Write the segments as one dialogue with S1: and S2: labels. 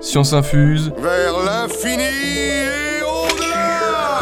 S1: Science infuse.
S2: Vers l'infini et au-delà.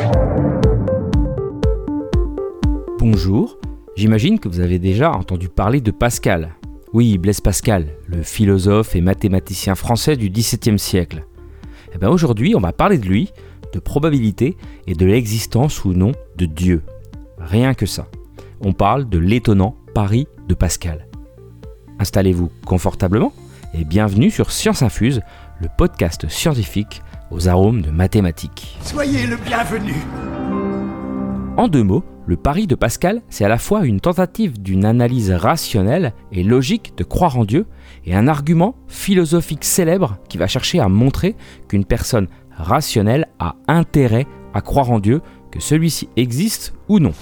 S3: Bonjour, j'imagine que vous avez déjà entendu parler de Pascal. Oui, Blaise Pascal, le philosophe et mathématicien français du XVIIe siècle. Aujourd'hui, on va parler de lui, de probabilité et de l'existence ou non de Dieu. Rien que ça. On parle de l'étonnant pari de Pascal. Installez-vous confortablement et bienvenue sur Science Infuse, le podcast scientifique aux arômes de mathématiques.
S4: Soyez le bienvenu.
S3: En deux mots, le pari de Pascal, c'est à la fois une tentative d'une analyse rationnelle et logique de croire en Dieu et un argument philosophique célèbre qui va chercher à montrer qu'une personne rationnelle a intérêt à croire en Dieu, que celui-ci existe ou non.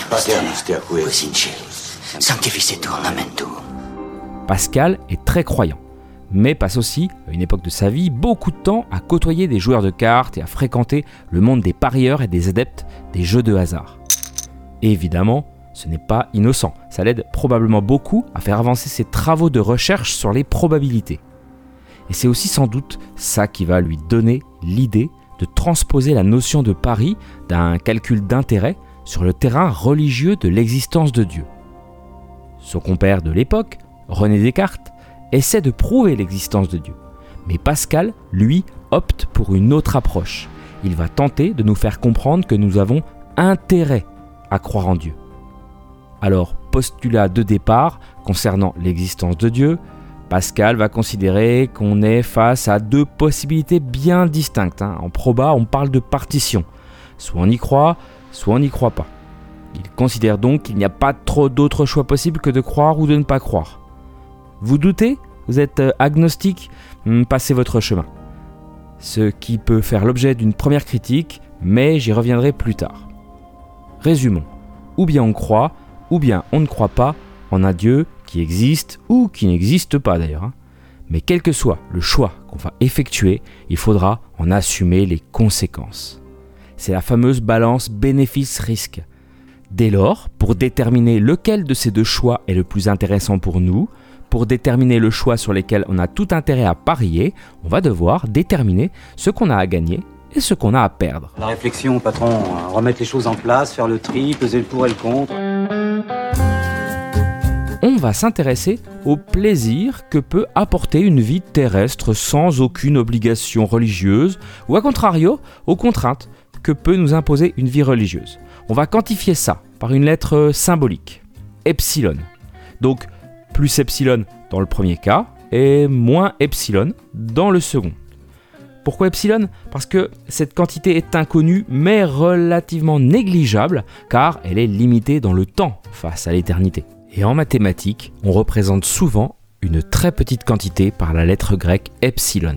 S3: Pascal est très croyant, mais passe aussi, à une époque de sa vie, beaucoup de temps à côtoyer des joueurs de cartes et à fréquenter le monde des parieurs et des adeptes des jeux de hasard. Et évidemment, ce n'est pas innocent, ça l'aide probablement beaucoup à faire avancer ses travaux de recherche sur les probabilités. Et c'est aussi sans doute ça qui va lui donner l'idée de transposer la notion de pari d'un calcul d'intérêt sur le terrain religieux de l'existence de Dieu. Son compère de l'époque, René Descartes, essaie de prouver l'existence de Dieu. Mais Pascal, lui, opte pour une autre approche. Il va tenter de nous faire comprendre que nous avons intérêt à croire en Dieu. Alors, postulat de départ concernant l'existence de Dieu, Pascal va considérer qu'on est face à deux possibilités bien distinctes. En proba, on parle de partition. Soit on y croit, soit on n'y croit pas. Il considère donc qu'il n'y a pas trop d'autres choix possibles que de croire ou de ne pas croire. Vous doutez ? Vous êtes agnostique ? Passez votre chemin. Ce qui peut faire l'objet d'une première critique, mais j'y reviendrai plus tard. Résumons. Ou bien on croit, ou bien on ne croit pas en un Dieu qui existe ou qui n'existe pas d'ailleurs. Mais quel que soit le choix qu'on va effectuer, il faudra en assumer les conséquences. C'est la fameuse balance bénéfice-risque. Dès lors, pour déterminer lequel de ces deux choix est le plus intéressant pour nous, pour déterminer le choix sur lequel on a tout intérêt à parier, on va devoir déterminer ce qu'on a à gagner et ce qu'on a à perdre.
S5: La réflexion, patron, remettre les choses en place, faire le tri, peser le pour et le contre.
S3: On va s'intéresser au plaisir que peut apporter une vie terrestre sans aucune obligation religieuse ou à contrario, aux contraintes que peut nous imposer une vie religieuse. On va quantifier ça par une lettre symbolique, epsilon. Donc, plus epsilon dans le premier cas et moins epsilon dans le second. Pourquoi epsilon ? Parce que cette quantité est inconnue mais relativement négligeable car elle est limitée dans le temps face à l'éternité. Et en mathématiques, on représente souvent une très petite quantité par la lettre grecque epsilon.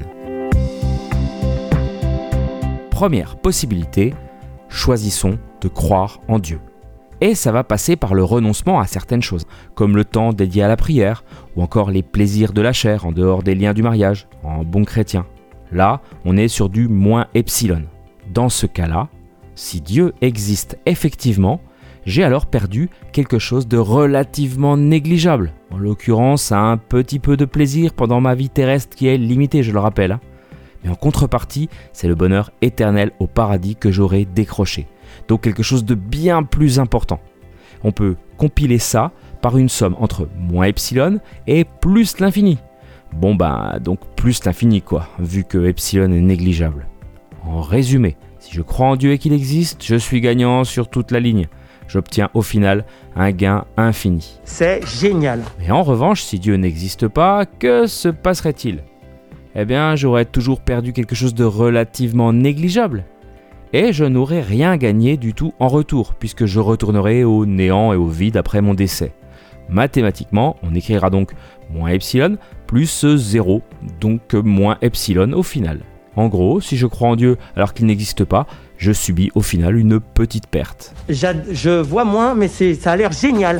S3: Première possibilité, choisissons de croire en Dieu. Et ça va passer par le renoncement à certaines choses, comme le temps dédié à la prière, ou encore les plaisirs de la chair en dehors des liens du mariage, en bon chrétien. Là, on est sur du moins epsilon. Dans ce cas-là, si Dieu existe effectivement, j'ai alors perdu quelque chose de relativement négligeable. En l'occurrence, un petit peu de plaisir pendant ma vie terrestre qui est limitée, je le rappelle. Mais en contrepartie, c'est le bonheur éternel au paradis que j'aurai décroché. Donc quelque chose de bien plus important. On peut compiler ça par une somme entre moins epsilon et plus l'infini. Donc plus l'infini quoi, vu que epsilon est négligeable. En résumé, si je crois en Dieu et qu'il existe, je suis gagnant sur toute la ligne. J'obtiens au final un gain infini.
S4: C'est génial.
S3: Mais en revanche, si Dieu n'existe pas, que se passerait-il ? J'aurais toujours perdu quelque chose de relativement négligeable. Et je n'aurais rien gagné du tout en retour, puisque je retournerai au néant et au vide après mon décès. Mathématiquement, on écrira donc moins epsilon plus 0, donc moins epsilon au final. En gros, si je crois en Dieu alors qu'il n'existe pas, je subis au final une petite perte.
S4: Je vois moins, mais ça a l'air génial.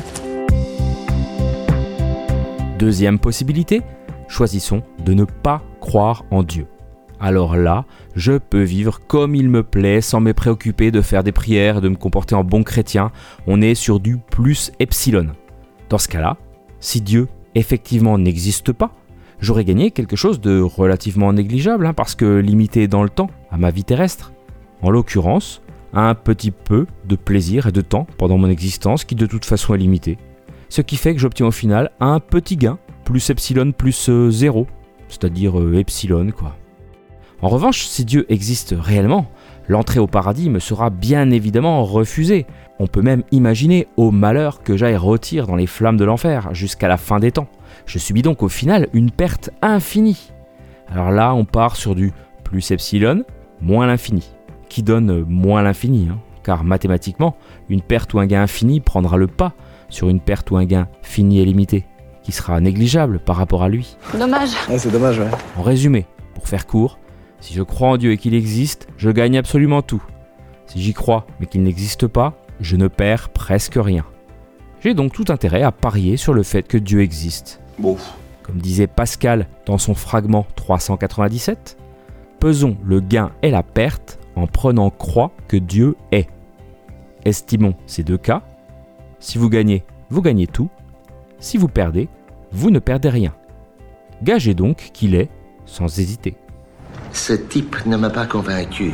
S3: Deuxième possibilité, choisissons de ne pas croire en Dieu. Alors là, je peux vivre comme il me plaît sans me préoccuper de faire des prières et de me comporter en bon chrétien. On est sur du plus epsilon. Dans ce cas-là, si Dieu effectivement n'existe pas, j'aurais gagné quelque chose de relativement négligeable, parce que limité dans le temps, à ma vie terrestre. En l'occurrence, un petit peu de plaisir et de temps pendant mon existence qui de toute façon est limité. Ce qui fait que j'obtiens au final un petit gain, plus epsilon plus 0, c'est-à-dire epsilon quoi. En revanche, si Dieu existe réellement, l'entrée au paradis me sera bien évidemment refusée. On peut même imaginer au malheur que j'aille rôtir dans les flammes de l'enfer jusqu'à la fin des temps. Je subis donc au final une perte infinie. Alors là, on part sur du plus epsilon moins l'infini, qui donne moins l'infini, car mathématiquement, une perte ou un gain infini prendra le pas sur une perte ou un gain fini et limité, qui sera négligeable par rapport à lui.
S1: Dommage.
S6: Ouais, c'est dommage, ouais.
S3: En résumé, pour faire court, si je crois en Dieu et qu'il existe, je gagne absolument tout. Si j'y crois mais qu'il n'existe pas, je ne perds presque rien. J'ai donc tout intérêt à parier sur le fait que Dieu existe.
S2: Bon.
S3: Comme disait Pascal dans son fragment 397, pesons le gain et la perte en prenant croix que Dieu est. Estimons ces deux cas. Si vous gagnez tout. Si vous perdez, vous ne perdez rien. Gagez donc qu'il est, sans hésiter.
S7: Ce type ne m'a pas convaincu.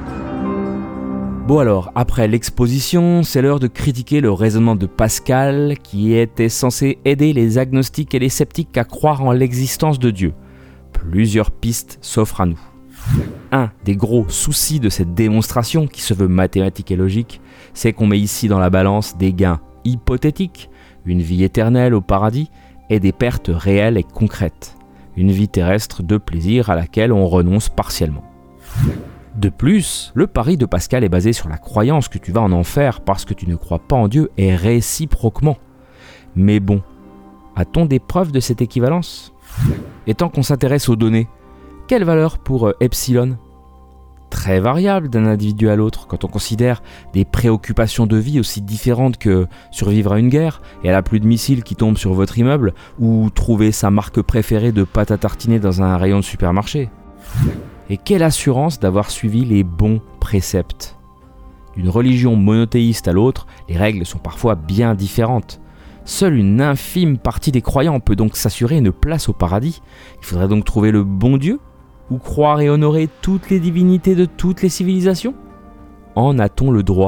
S3: Bon alors, après l'exposition, c'est l'heure de critiquer le raisonnement de Pascal qui était censé aider les agnostiques et les sceptiques à croire en l'existence de Dieu. Plusieurs pistes s'offrent à nous. Un des gros soucis de cette démonstration, qui se veut mathématique et logique, c'est qu'on met ici dans la balance des gains hypothétiques, une vie éternelle au paradis, et des pertes réelles et concrètes, une vie terrestre de plaisir à laquelle on renonce partiellement. De plus, le pari de Pascal est basé sur la croyance que tu vas en enfer parce que tu ne crois pas en Dieu et réciproquement. Mais bon, a-t-on des preuves de cette équivalence ? Et tant qu'on s'intéresse aux données, quelle valeur pour epsilon ? Très variable d'un individu à l'autre quand on considère des préoccupations de vie aussi différentes que survivre à une guerre et à la pluie de missiles qui tombe sur votre immeuble ou trouver sa marque préférée de pâte à tartiner dans un rayon de supermarché. Et quelle assurance d'avoir suivi les bons préceptes. D'une religion monothéiste à l'autre, les règles sont parfois bien différentes. Seule une infime partie des croyants peut donc s'assurer une place au paradis. Il faudrait donc trouver le bon Dieu ou croire et honorer toutes les divinités de toutes les civilisations ? En a-t-on le droit ?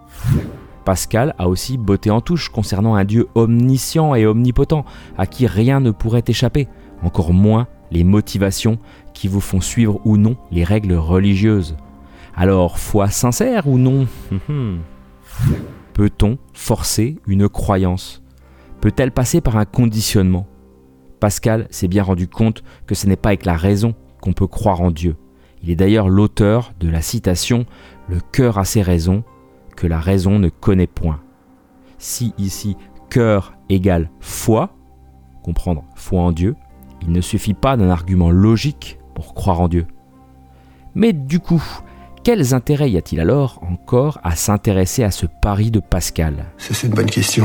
S3: Pascal a aussi botté en touche concernant un Dieu omniscient et omnipotent à qui rien ne pourrait échapper, encore moins les motivations qui vous font suivre ou non les règles religieuses. Alors, foi sincère ou non ? Peut-on forcer une croyance ? Peut-elle passer par un conditionnement ? Pascal s'est bien rendu compte que ce n'est pas avec la raison qu'on peut croire en Dieu. Il est d'ailleurs l'auteur de la citation « Le cœur a ses raisons, que la raison ne connaît point ». Si ici, cœur égale foi, comprendre foi en Dieu, il ne suffit pas d'un argument logique pour croire en Dieu. Mais du coup, quels intérêts y a-t-il alors encore à s'intéresser à ce pari de Pascal ?
S2: Ça, c'est une bonne question.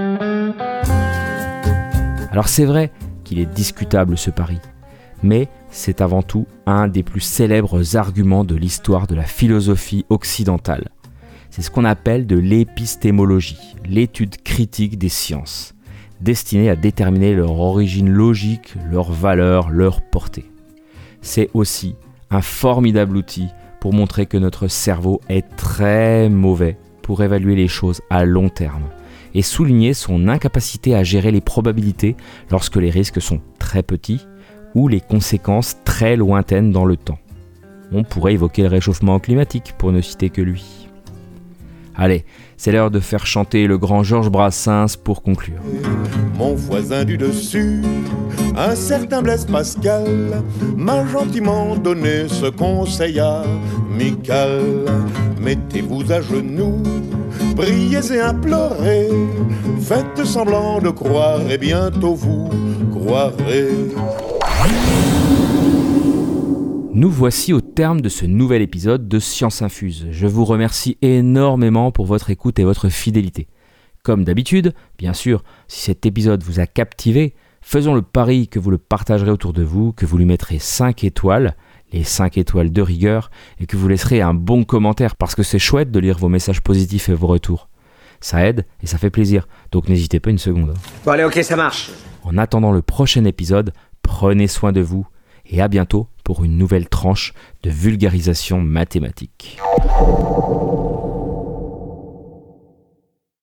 S3: Alors c'est vrai qu'il est discutable ce pari, mais c'est avant tout un des plus célèbres arguments de l'histoire de la philosophie occidentale. C'est ce qu'on appelle de l'épistémologie, l'étude critique des sciences, destinée à déterminer leur origine logique, leur valeur, leur portée. C'est aussi un formidable outil pour montrer que notre cerveau est très mauvais pour évaluer les choses à long terme et souligner son incapacité à gérer les probabilités lorsque les risques sont très petits ou les conséquences très lointaines dans le temps. On pourrait évoquer le réchauffement climatique pour ne citer que lui. Allez, c'est l'heure de faire chanter le grand Georges Brassens pour conclure.
S8: Mon voisin du dessus, un certain Blaise Pascal, m'a gentiment donné ce conseil amical. Mettez-vous à genoux, priez et implorez, faites semblant de croire et bientôt vous croirez.
S3: Nous voici au terme de ce nouvel épisode de Science Infuse. Je vous remercie énormément pour votre écoute et votre fidélité. Comme d'habitude, bien sûr, si cet épisode vous a captivé, faisons le pari que vous le partagerez autour de vous, que vous lui mettrez 5 étoiles, les 5 étoiles de rigueur, et que vous laisserez un bon commentaire parce que c'est chouette de lire vos messages positifs et vos retours. Ça aide et ça fait plaisir, donc n'hésitez pas une seconde.
S4: Bon allez, ok, ça marche.
S3: En attendant le prochain épisode, prenez soin de vous et à bientôt pour une nouvelle tranche de vulgarisation mathématique.